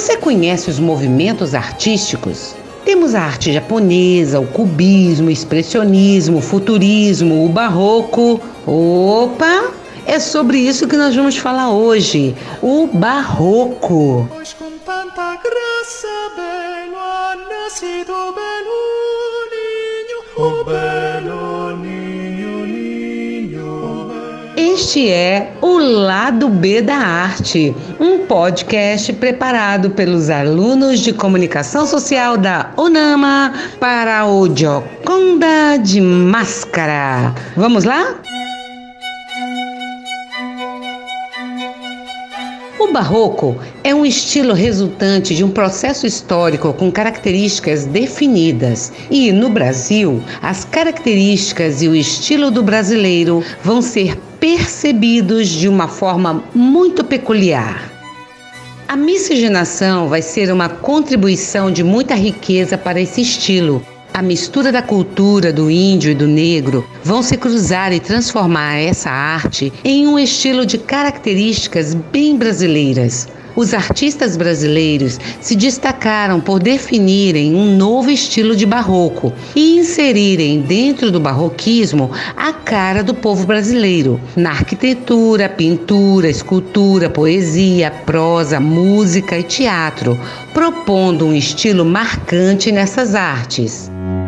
Você conhece os movimentos artísticos? Temos a arte japonesa, o cubismo, o expressionismo, o futurismo, o barroco. Opa! É sobre isso que nós vamos falar hoje, o barroco. Pois com tanta graça belo ha nascido belo ninho, oh belo ninho, ninho. Este é o Lado B da Arte, um podcast preparado pelos alunos de Comunicação Social da UNAMA para o Gioconda de Máscara. Vamos lá? O barroco é um estilo resultante de um processo histórico com características definidas e, no Brasil, as características e o estilo do brasileiro vão ser percebidos de uma forma muito peculiar. A miscigenação vai ser uma contribuição de muita riqueza para esse estilo. A mistura da cultura do índio e do negro vão se cruzar e transformar essa arte em um estilo de características bem brasileiras. Os artistas brasileiros se destacaram por definirem um novo estilo de barroco e inserirem dentro do barroquismo a cara do povo brasileiro, na arquitetura, pintura, escultura, poesia, prosa, música e teatro, propondo um estilo marcante nessas artes.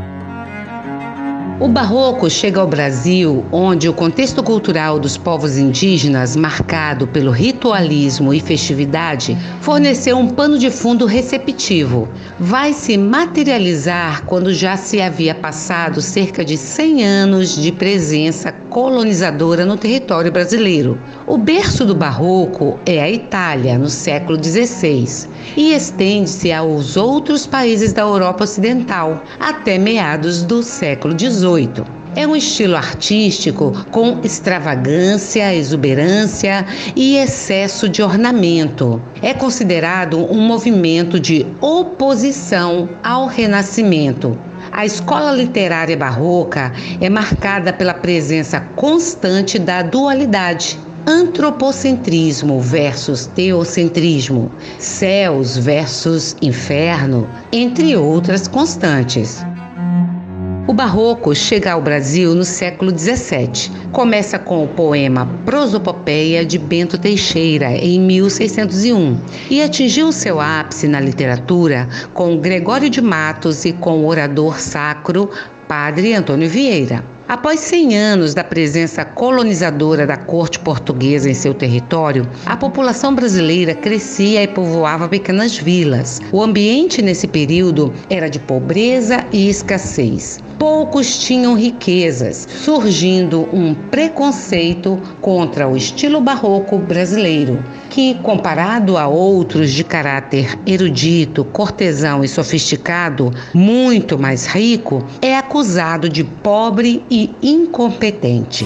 O barroco chega ao Brasil, onde o contexto cultural dos povos indígenas, marcado pelo ritualismo e festividade, forneceu um pano de fundo receptivo. Vai se materializar quando já se havia passado cerca de 100 anos de presença colonizadora no território brasileiro. O berço do barroco é a Itália, no século XVI, e estende-se aos outros países da Europa Ocidental, até meados do século XVIII. É um estilo artístico com extravagância, exuberância e excesso de ornamento. É considerado um movimento de oposição ao Renascimento. A escola literária barroca é marcada pela presença constante da dualidade. Antropocentrismo versus teocentrismo, céus versus inferno, entre outras constantes. O barroco chega ao Brasil no século XVII. Começa com o poema Prosopopeia de Bento Teixeira, em 1601, e atingiu seu ápice na literatura com Gregório de Matos e com o orador sacro Padre Antônio Vieira. Após 100 anos da presença colonizadora da corte portuguesa em seu território, a população brasileira crescia e povoava pequenas vilas. O ambiente nesse período era de pobreza e escassez. Poucos tinham riquezas, surgindo um preconceito contra o estilo barroco brasileiro, que, comparado a outros de caráter erudito, cortesão e sofisticado, muito mais rico, é acusado de pobre e incompetente.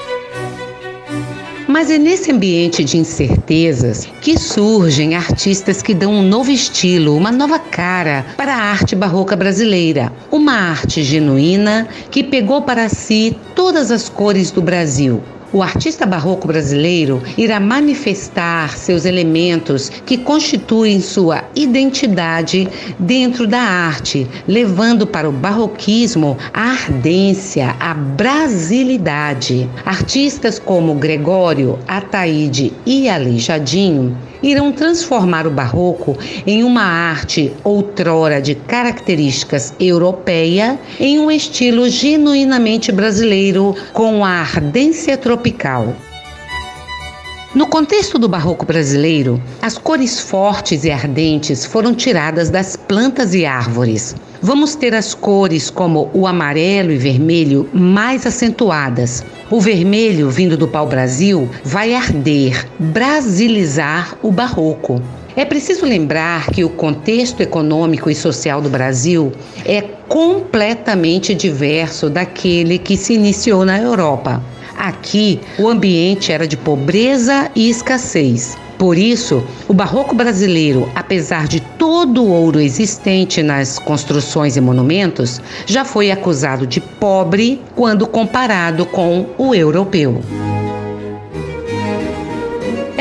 Mas é nesse ambiente de incertezas que surgem artistas que dão um novo estilo, uma nova cara para a arte barroca brasileira. Uma arte genuína que pegou para si todas as cores do Brasil. O artista barroco brasileiro irá manifestar seus elementos que constituem sua identidade dentro da arte, levando para o barroquismo a ardência, a brasilidade. Artistas como Gregório, Ataíde e Aleijadinho irão transformar o barroco em uma arte outrora de características europeia em um estilo genuinamente brasileiro com a ardência tropical. No contexto do barroco brasileiro, as cores fortes e ardentes foram tiradas das plantas e árvores. Vamos ter as cores como o amarelo e vermelho mais acentuadas. O vermelho, vindo do pau-brasil, vai arder, brasilizar o barroco. É preciso lembrar que o contexto econômico e social do Brasil é completamente diverso daquele que se iniciou na Europa. Aqui, o ambiente era de pobreza e escassez. Por isso, o barroco brasileiro, apesar de todo o ouro existente nas construções e monumentos, já foi acusado de pobre quando comparado com o europeu. É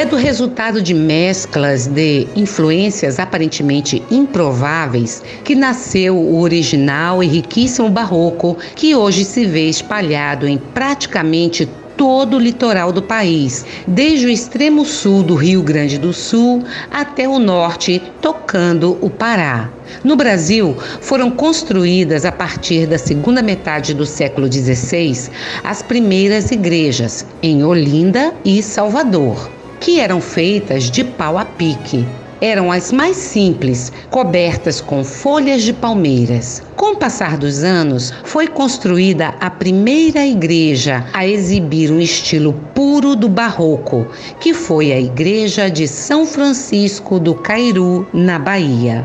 do resultado de mesclas de influências aparentemente improváveis que nasceu o original e riquíssimo barroco, que hoje se vê espalhado em praticamente todo o litoral do país, desde o extremo sul do Rio Grande do Sul até o norte, tocando o Pará. No Brasil, foram construídas a partir da segunda metade do século XVI as primeiras igrejas, em Olinda e Salvador, que eram feitas de pau a pique. Eram as mais simples, cobertas com folhas de palmeiras. Com o passar dos anos, foi construída a primeira igreja a exibir um estilo puro do barroco, que foi a Igreja de São Francisco do Cairu, na Bahia.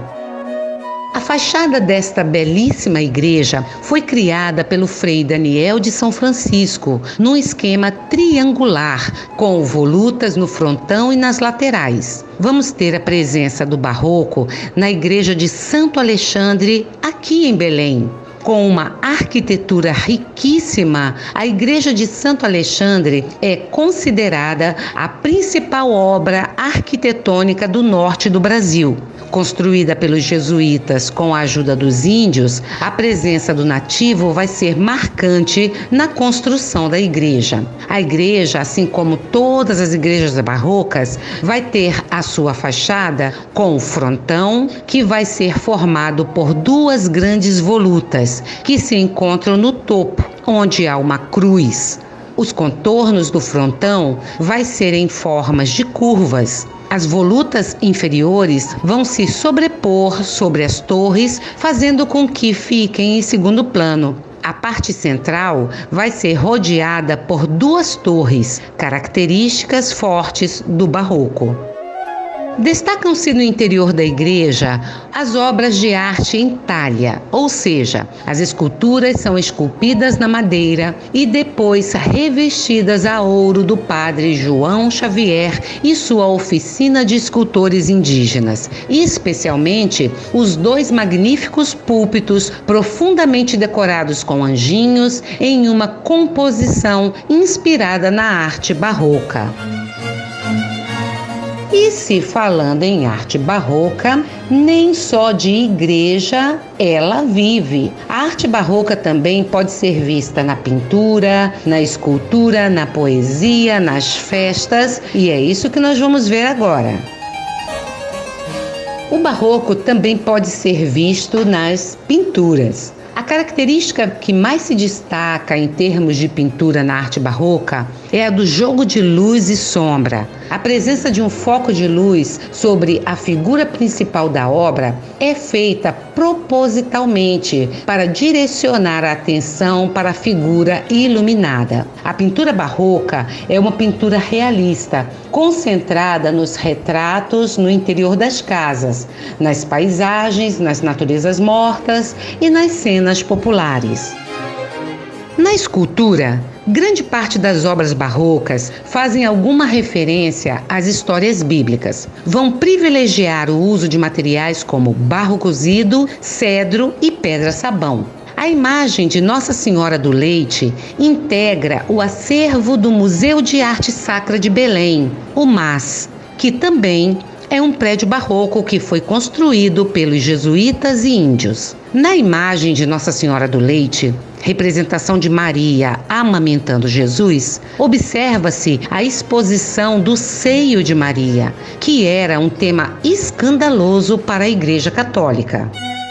A fachada desta belíssima igreja foi criada pelo Frei Daniel de São Francisco, num esquema triangular, com volutas no frontão e nas laterais. Vamos ter a presença do barroco na igreja de Santo Alexandre, aqui em Belém. Com uma arquitetura riquíssima, a Igreja de Santo Alexandre é considerada a principal obra arquitetônica do norte do Brasil. Construída pelos jesuítas com a ajuda dos índios, a presença do nativo vai ser marcante na construção da igreja. A igreja, assim como todas as igrejas barrocas, vai ter a sua fachada com o frontão, que vai ser formado por duas grandes volutas, que se encontram no topo, onde há uma cruz. Os contornos do frontão vai ser em formas de curvas. As volutas inferiores vão se sobrepor sobre as torres, fazendo com que fiquem em segundo plano. A parte central vai ser rodeada por duas torres, características fortes do barroco. Destacam-se no interior da igreja as obras de arte em talha, ou seja, as esculturas são esculpidas na madeira e depois revestidas a ouro do padre João Xavier e sua oficina de escultores indígenas, e especialmente os dois magníficos púlpitos profundamente decorados com anjinhos em uma composição inspirada na arte barroca. E se falando em arte barroca, nem só de igreja ela vive. A arte barroca também pode ser vista na pintura, na escultura, na poesia, nas festas, e é isso que nós vamos ver agora. O barroco também pode ser visto nas pinturas. A característica que mais se destaca em termos de pintura na arte barroca é a do jogo de luz e sombra. A presença de um foco de luz sobre a figura principal da obra é feita propositalmente para direcionar a atenção para a figura iluminada. A pintura barroca é uma pintura realista, concentrada nos retratos no interior das casas, nas paisagens, nas naturezas mortas e nas cenas populares. Na escultura, grande parte das obras barrocas fazem alguma referência às histórias bíblicas. Vão privilegiar o uso de materiais como barro cozido, cedro e pedra-sabão. A imagem de Nossa Senhora do Leite integra o acervo do Museu de Arte Sacra de Belém, o MAS, que também é um prédio barroco que foi construído pelos jesuítas e índios. Na imagem de Nossa Senhora do Leite, representação de Maria amamentando Jesus, observa-se a exposição do seio de Maria, que era um tema escandaloso para a Igreja Católica.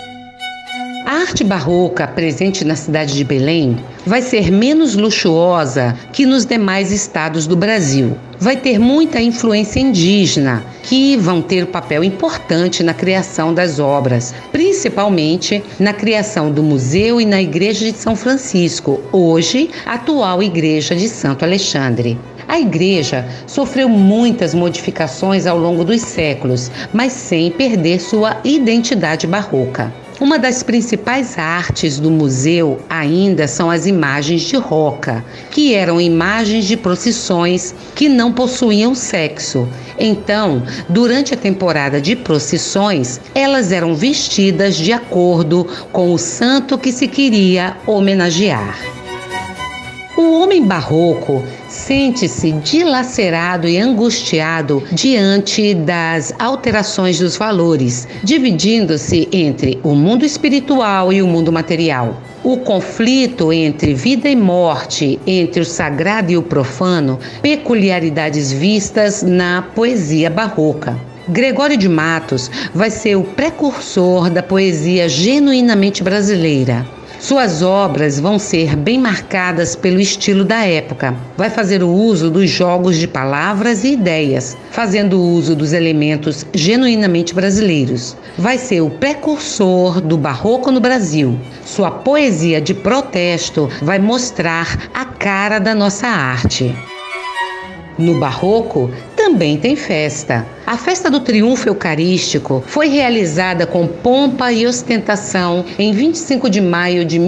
A arte barroca presente na cidade de Belém vai ser menos luxuosa que nos demais estados do Brasil. Vai ter muita influência indígena, que vão ter um papel importante na criação das obras, principalmente na criação do museu e na Igreja de São Francisco, hoje atual Igreja de Santo Alexandre. A igreja sofreu muitas modificações ao longo dos séculos, mas sem perder sua identidade barroca. Uma das principais artes do museu ainda são as imagens de roca, que eram imagens de procissões que não possuíam sexo. Então, durante a temporada de procissões, elas eram vestidas de acordo com o santo que se queria homenagear. O homem barroco sente-se dilacerado e angustiado diante das alterações dos valores, dividindo-se entre o mundo espiritual e o mundo material. O conflito entre vida e morte, entre o sagrado e o profano, peculiaridades vistas na poesia barroca. Gregório de Matos vai ser o precursor da poesia genuinamente brasileira. Suas obras vão ser bem marcadas pelo estilo da época. Vai fazer o uso dos jogos de palavras e ideias, fazendo uso dos elementos genuinamente brasileiros. Vai ser o precursor do barroco no Brasil. Sua poesia de protesto vai mostrar a cara da nossa arte. No barroco também tem festa. A festa do triunfo eucarístico foi realizada com pompa e ostentação em 25 de maio de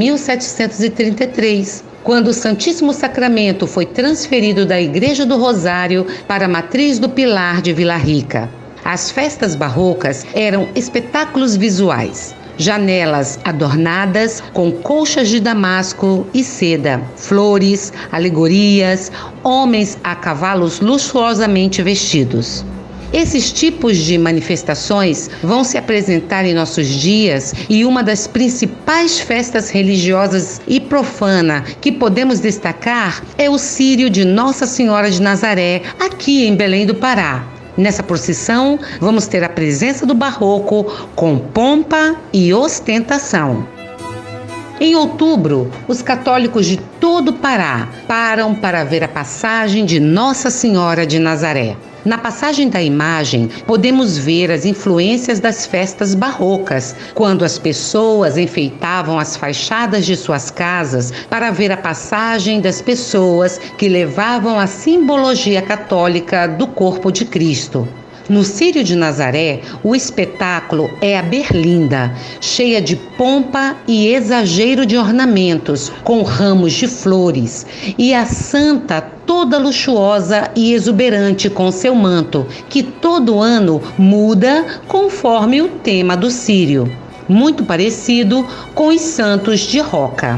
1733, quando o Santíssimo Sacramento foi transferido da Igreja do Rosário para a Matriz do Pilar de Vila Rica. As festas barrocas eram espetáculos visuais. Janelas adornadas com colchas de damasco e seda, flores, alegorias, homens a cavalos luxuosamente vestidos. Esses tipos de manifestações vão se apresentar em nossos dias e uma das principais festas religiosas e profana que podemos destacar é o Círio de Nossa Senhora de Nazaré, aqui em Belém do Pará. Nessa procissão, vamos ter a presença do barroco com pompa e ostentação. Em outubro, os católicos de todo o Pará param para ver a passagem de Nossa Senhora de Nazaré. Na passagem da imagem, podemos ver as influências das festas barrocas, quando as pessoas enfeitavam as fachadas de suas casas para ver a passagem das pessoas que levavam a simbologia católica do corpo de Cristo. No Círio de Nazaré, o espetáculo é a berlinda, cheia de pompa e exagero de ornamentos, com ramos de flores, e a santa toda luxuosa e exuberante com seu manto, que todo ano muda conforme o tema do Círio, muito parecido com os santos de Roca.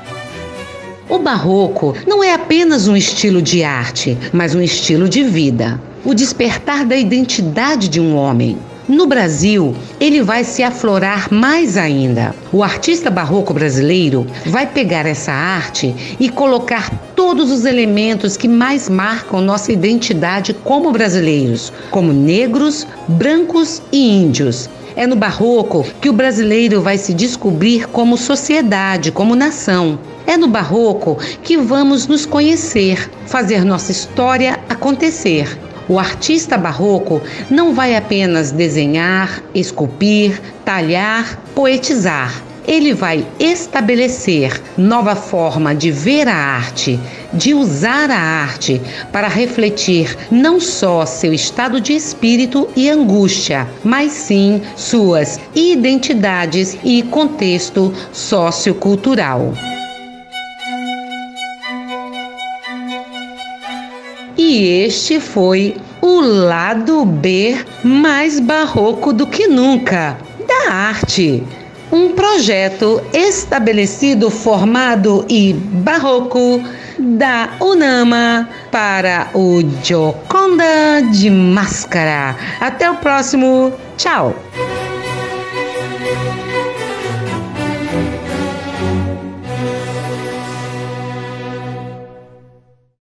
O barroco não é apenas um estilo de arte, mas um estilo de vida. O despertar da identidade de um homem. No Brasil, ele vai se aflorar mais ainda. O artista barroco brasileiro vai pegar essa arte e colocar todos os elementos que mais marcam nossa identidade como brasileiros, como negros, brancos e índios. É no barroco que o brasileiro vai se descobrir como sociedade, como nação. É no barroco que vamos nos conhecer, fazer nossa história acontecer. O artista barroco não vai apenas desenhar, esculpir, talhar, poetizar. Ele vai estabelecer nova forma de ver a arte, de usar a arte para refletir não só seu estado de espírito e angústia, mas sim suas identidades e contexto sociocultural. E este foi o lado B mais barroco do que nunca da arte. Um projeto estabelecido, formado e barroco da UNAMA para o Gioconda de Máscara. Até o próximo. Tchau!